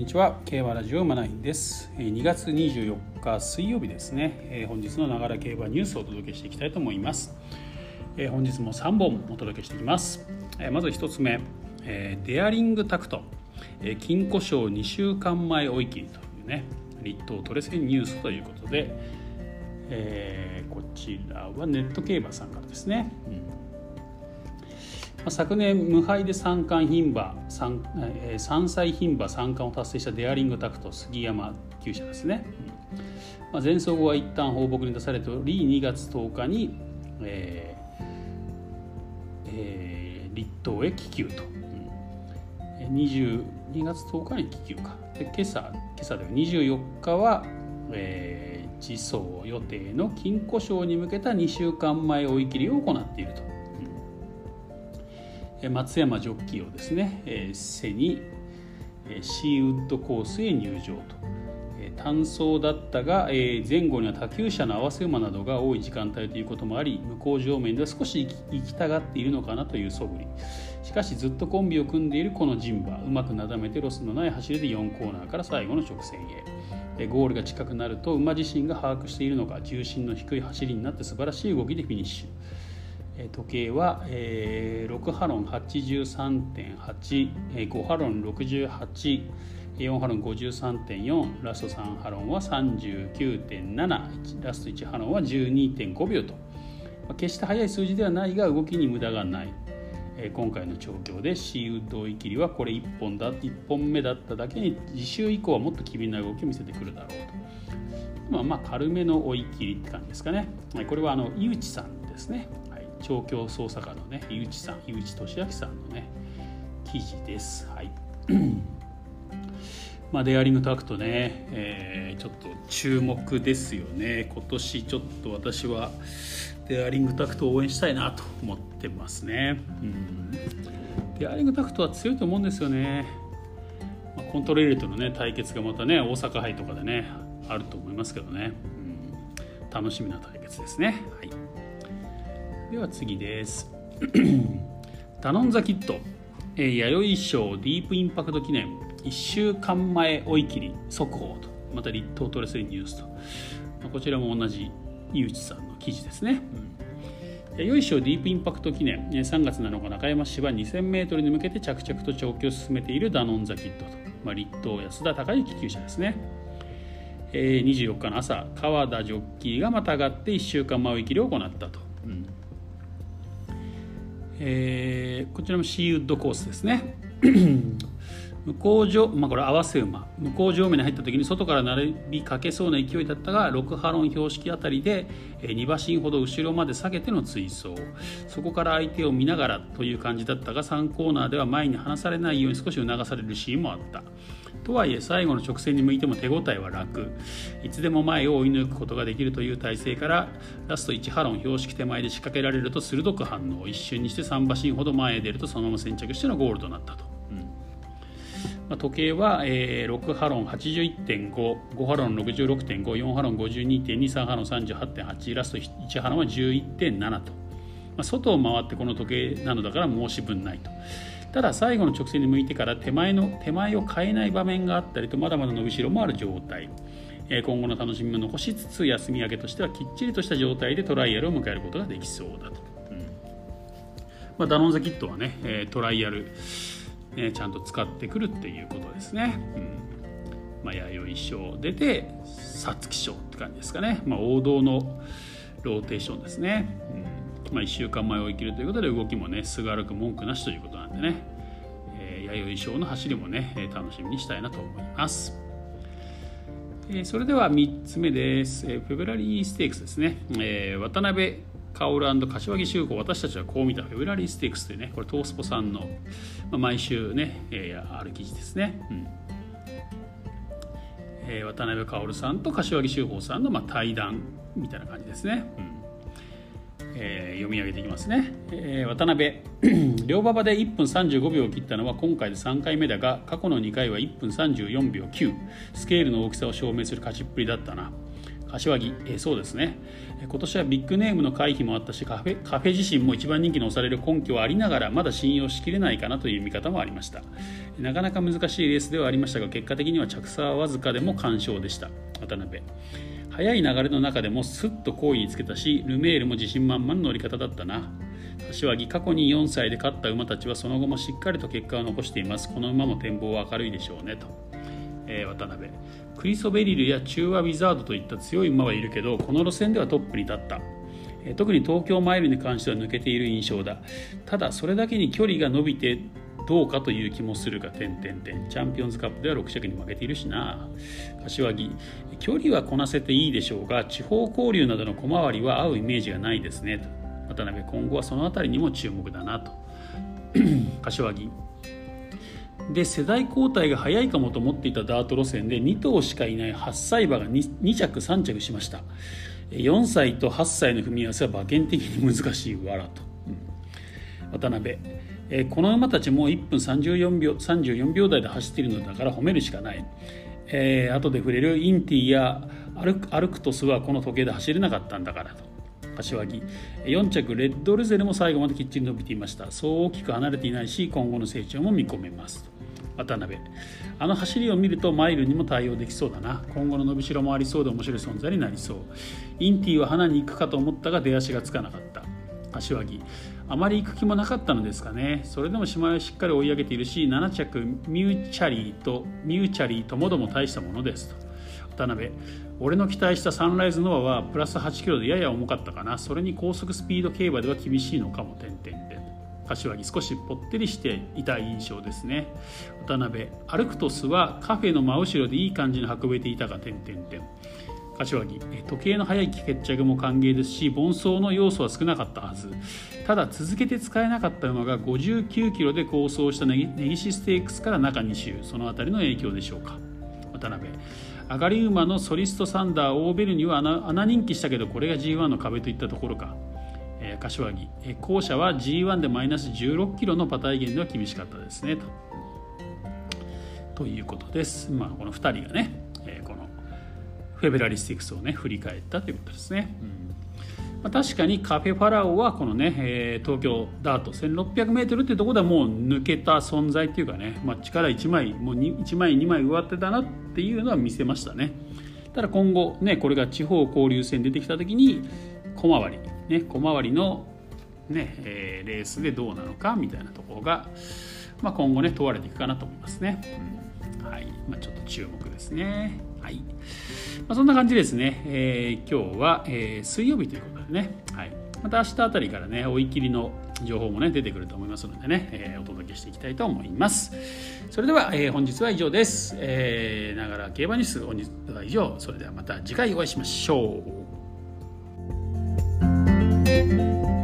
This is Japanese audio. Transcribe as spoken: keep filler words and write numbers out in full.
にちは。競馬ラジオマナインです。にがつにじゅうよっか水曜日ですね。本日のながら競馬ニュースをお届けしていきたいと思います。本日もさんぼんお届けしていきます。まずひとつめ、デアリングタクト金庫賞にしゅうかんまえ追い切りというね、立東トレセンニュースということで、えー、こちらはネット競馬さんからですね。うん昨年無敗で三冠牝馬 3, 3歳牝馬三冠を達成したデアリングタクト杉山厩舎ですね。まあ、前走後は一旦放牧に出されておりにがつとおかに、えーえー、立東へ帰厩と、うん、にじゅうにがつとおかに帰厩かで今朝今朝ではにじゅうよっかは、えー、次走予定の金庫賞に向けたにしゅうかんまえ追い切りを行っていると。松山ジョッキーをですね、えー、背にシーウッドコースへ入場と、えー、単走だったが、えー、前後には他厩舎の合わせ馬などが多い時間帯ということもあり、向こう上面では少し行きたがっているのかなという素振り。しかしずっとコンビを組んでいるこの陣馬、うまくなだめてロスのない走りでよんコーナーから最後の直線へ、えー、ゴールが近くなると馬自身が把握しているのか、重心の低い走りになって素晴らしい動きでフィニッシュ。時計は、えー、ろくハロン はちじゅうさんてんはち、ごハロンろくじゅうはち、よんハロン ごじゅうさんてんよん、ラストさんハロンは さんじゅうきゅうてんなな、ラストいちハロンは じゅうにてんごびょうと、まあ、決して速い数字ではないが動きに無駄がない。えー、今回の調教でシーウッド追い切りはこれいっぽんだいっぽんめだっただけに、次週以降はもっと機敏な動きを見せてくるだろうと。まあ、まあ軽めの追い切りって感じですかね。これはあの井内さんですね。調教捜査課のね、井内さん、井内俊明さんのね、記事です。はい。まあ、デアリングタクトね、えー、ちょっと注目ですよね。今年ちょっと私はデアリングタクトを応援したいなと思ってますね。うん、デアリングタクトは強いと思うんですよね。まあ、コントレールとのね対決がまたね、大阪杯とかでね、あると思いますけどね。うん、楽しみな対決ですね。はい。では次です。ダノンザキッド、えー、弥生賞ディープインパクト記念いっしゅうかんまえ追い切り速報と、また立東トレセンニュースと、まあ、こちらも同じ井内さんの記事ですね。うん、弥生賞ディープインパクト記念さんがつなのか中山市は にせんメートルに向けて着々と調教を進めているダノンザキッドと、まあ、立東安田孝之厩舎ですね。えー、にじゅうよっかの朝、川田ジョッキーがまたがっていっしゅうかんまえ追い切りを行ったと。うんえー、こちらもシーウッドコースですね。向こう上、まあ、これ合わせ馬、向こう上面に入った時に外から並びかけそうな勢いだったが、ろくハロン標識あたりでに馬身ほど後ろまで下げての追走、そこから相手を見ながらという感じだったが、さんコーナーでは前に離されないように少し促されるシーンもあった。とはいえ最後の直線に向いても手応えは楽、いつでも前を追い抜くことができるという体勢から、ラストいちハロン標識手前で仕掛けられると鋭く反応、一瞬にしてさん馬身ほど前へ出るとそのまま先着してのゴールとなったと。うんまあ、時計は、えー、ろくハロン はちじゅういってんご、ごハロン ろくじゅうろくてんご、よんハロン ごじゅうにてんに、さんハロン さんじゅうはちてんはち、ラストいちハロンは じゅういってんなな と、まあ、外を回ってこの時計なのだから申し分ないと。ただ最後の直線に向いてから手前の手前を変えない場面があったりと、まだまだ伸びしろもある状態、えー、今後の楽しみも残しつつ、休み明けとしてはきっちりとした状態でトライアルを迎えることができそうだと。うんまあ、ダノンザキッドはね、えー、トライアル、えー、ちゃんと使ってくるっていうことですね。うんまあ、弥生賞出て皐月賞って感じですかね。まあ、王道のローテーションですね。うんまあ、いっしゅうかんまえ追い切るということで、動きもねすがるく文句なしということなんでね、えー、弥生賞の走りもね楽しみにしたいなと思います。えー、それではみっつめです。えー、フェブラリーステークスですね。えー、渡辺薫&柏木秀子、私たちはこう見たフェブラリーステークスというね、これトースポさんの、まあ、毎週ね、えー、ある記事ですね。うんえー、渡辺薫さんと柏木秀子さんの、まあ、対談みたいな感じですね。うんえー、読み上げていきますね。えー、渡辺両馬場でいっぷんさんじゅうごびょうを切ったのは今回でさんかいめだが、過去のにかいはいっぷんさんじゅうよんびょうきゅう、スケールの大きさを証明する勝ちっぷりだったな。 柏木、えー、そうですね、今年はビッグネームの回避もあったし、カフェ、カフェ自身も一番人気に押される根拠はありながら、まだ信用しきれないかなという見方もありました。なかなか難しいレースではありましたが、結果的には着差はわずかでも完勝でした。渡辺、速い流れの中でもスッと好意につけたし、ルメールも自信満々の乗り方だったな。柏木、過去によんさいで勝った馬たちはその後もしっかりと結果を残しています。この馬も展望は明るいでしょうねと。えー、渡辺、クリソベリルや中和ウィザードといった強い馬はいるけど、この路線ではトップに立った。えー、特に東京マイルに関しては抜けている印象だ。ただそれだけに距離が伸びてどうかという気もするが、点々点チャンピオンズカップではろく着に負けているしな。柏木、距離はこなせていいでしょうが、地方交流などの小回りは合うイメージがないですねと。渡辺、今後はそのあたりにも注目だなと。柏木で、世代交代が早いかもと思っていたダート路線でに頭しかいないはっさい馬が 2, 2着さん着しました。よんさいとはっさいの組み合わせは馬券的に難しいわらと、うん、渡辺、えこの馬たちもいっぷんさんじゅうよんびょうさんじゅうよんびょう台で走っているのだから褒めるしかない。えー、後で触れるインティやアルク、アルクトスはこの時計で走れなかったんだからと。柏木、よん着レッドルゼルも最後まできっちり伸びていました。そう大きく離れていないし、今後の成長も見込めます。渡辺、あの走りを見るとマイルにも対応できそうだな。今後の伸びしろもありそうで面白い存在になりそう。インティは花に行くかと思ったが出足がつかなかった。柏木、あまり行く気もなかったのですかね。それでも姉妹をしっかり追い上げているし、なな着ミューチャリーとミューチャリーともども大したものですと。渡辺、俺の期待したサンライズノアはプラスはちキロでやや重かったかな。それに高速スピード競馬では厳しいのかも。点々点。柏木、少しぽってりしていた印象ですね。渡辺、アルクトスはカフェの真後ろでいい感じに運べていたが。点々点。柏木、時計の速い決着も歓迎ですし、盆走の要素は少なかったはず。ただ続けて使えなかった馬がごじゅうきゅうキロで好走した根岸ステークスから中に周、そのあたりの影響でしょうか。渡辺、上がり馬のソリストサンダーオーベルには 穴, 穴人気したけど、これが ジーワン の壁といったところか。えー、柏木、えー、後者は ジーワン でマイナスじゅうろっキロの馬体減では厳しかったですねと。ということです。まあ、このふたりがね、えー、このフェブラリスティクスをね振り返ったということですね。うん、まあ、確かにカフェファラオはこのね、えー、東京ダートせんろっぴゃくメートルっていうところではもう抜けた存在っていうかね、まあ、力いちまいもういちまいにまい上手だなっていうのは見せましたね。ただ今後ね、これが地方交流戦出てきた時に小回りね、小回りのね、えー、レースでどうなのかみたいなところが、まあ、今後ね問われていくかなと思いますね。うん、はい、まあ、ちょっと注目ですね。はい、まあ、そんな感じですね。えー、今日は、えー、水曜日ということでね、はい、また明日あたりからね追い切りの情報もね出てくると思いますのでね、えー、お届けしていきたいと思います。それでは、えー、本日は以上です。えー、ながら競馬ニュース本日は以上。それではまた次回お会いしましょう。